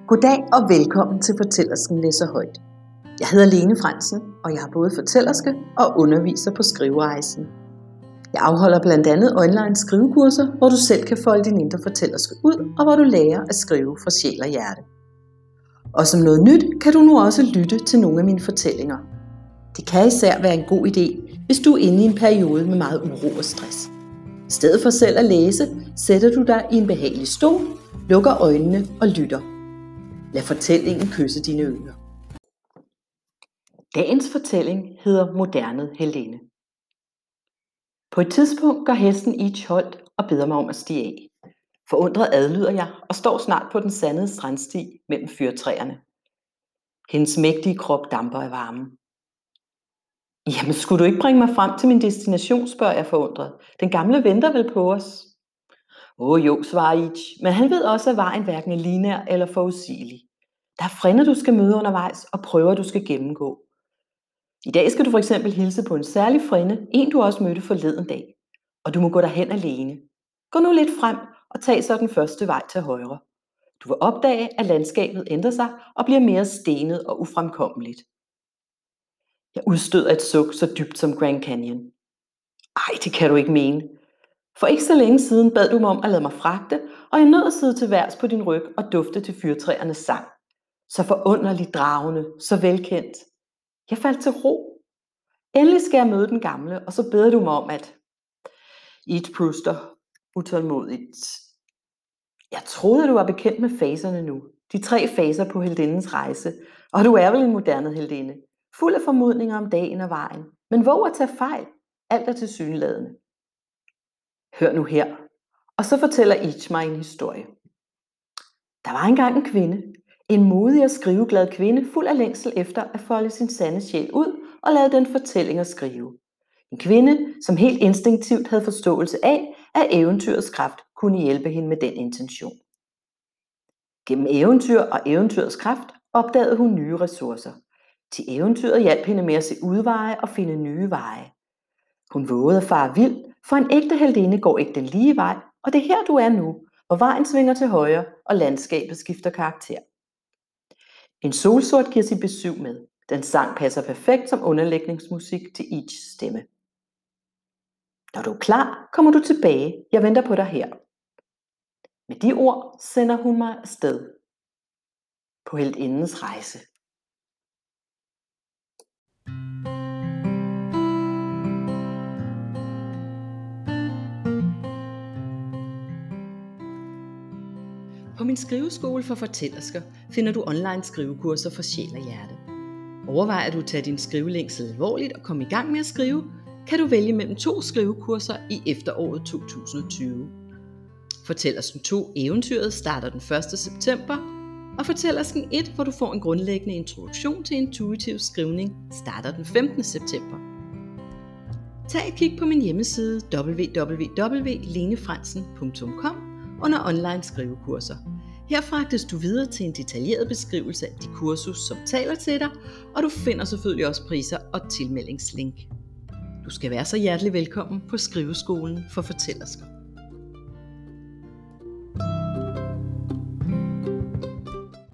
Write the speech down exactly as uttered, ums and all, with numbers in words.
Goddag og velkommen til Fortællersken læser højt. Jeg hedder Lene Frandsen, og jeg er både fortællerske og underviser på Skriverejsen. Jeg afholder blandt andet online skrivekurser, hvor du selv kan folde din indre fortællerske ud, og hvor du lærer at skrive fra sjæl og hjerte. Og som noget nyt kan du nu også lytte til nogle af mine fortællinger. Det kan især være en god idé, hvis du er inde i en periode med meget uro og stress. I stedet for selv at læse, sætter du dig i en behagelig stol, lukker øjnene og lytter. Lad fortællingen kysse dine ører. Dagens fortælling hedder Moderne Helene. På et tidspunkt går hesten Each holdt og beder mig om at stige af. Forundret adlyder jeg og står snart på den sandede strandsti mellem fyrtræerne. Hendes mægtige krop damper af varmen. Jamen, skulle du ikke bringe mig frem til min destination, spørger jeg forundret. Den gamle venter vel på os? Åh oh, jo, svarer Each, men han ved også, at vejen hverken er lineær eller forudsigelig. Der er frænder, du skal møde undervejs, og prøver, du skal gennemgå. I dag skal du for eksempel hilse på en særlig frænde, en du også mødte forleden dag. Og du må gå derhen alene. Gå nu lidt frem og tag så den første vej til højre. Du vil opdage, at landskabet ændrer sig og bliver mere stenet og ufremkommeligt. Jeg udstøder et suk så dybt som Grand Canyon. Ej, det kan du ikke mene. For ikke så længe siden bad du mig om at lade mig fragte, og jeg nød at sidde til værs på din ryg og dufte til fyrtræernes sang. Så forunderligt dragende, så velkendt. Jeg faldt til ro. Endelig skal jeg møde den gamle, og så beder du mig om at... Each pruster utålmodigt. Jeg troede, du var bekendt med faserne nu. De tre faser på heldindens rejse, og du er vel en moderne heldinde. Fuld af formodninger om dagen og vejen. Men våg at tage fejl. Alt er tilsyneladende. Hør nu her. Og så fortæller Each mig en historie. Der var engang en kvinde. En modig og skriveglad kvinde, fuld af længsel efter at folde sin sande sjæl ud og lade den fortælling at skrive. En kvinde, som helt instinktivt havde forståelse af, at eventyrets kraft kunne hjælpe hende med den intention. Gennem eventyr og eventyrets kraft opdagede hun nye ressourcer. Til eventyret hjalp hende med at se udveje og finde nye veje. Hun vågede at fare vild, for en ægte heldinde går ikke den lige vej, og det er her du er nu, hvor vejen svinger til højre og landskabet skifter karakter. En solsort giver sit besyv med. Den sang passer perfekt som underlægningsmusik til Eachs stemme. Når du er klar, kommer du tilbage. Jeg venter på dig her. Med de ord sender hun mig afsted på heltindens rejse. På min skriveskole for fortællersker finder du online skrivekurser for sjæl og hjerte. Overvejer du at tage din skrivelængsel alvorligt og komme i gang med at skrive, kan du vælge mellem to skrivekurser i efteråret to tusind og tyve. Fortællersken to Eventyret starter den første september, og Fortællersken et, hvor du får en grundlæggende introduktion til intuitiv skrivning, starter den femtende september. Tag et kig på min hjemmeside w w w punktum lenefrandsen punktum com under online skrivekurser. Her fragtes du videre til en detaljeret beskrivelse af de kursus, som taler til dig, og du finder selvfølgelig også priser og tilmeldingslink. Du skal være så hjertelig velkommen på Skriveskolen for Fortællersker.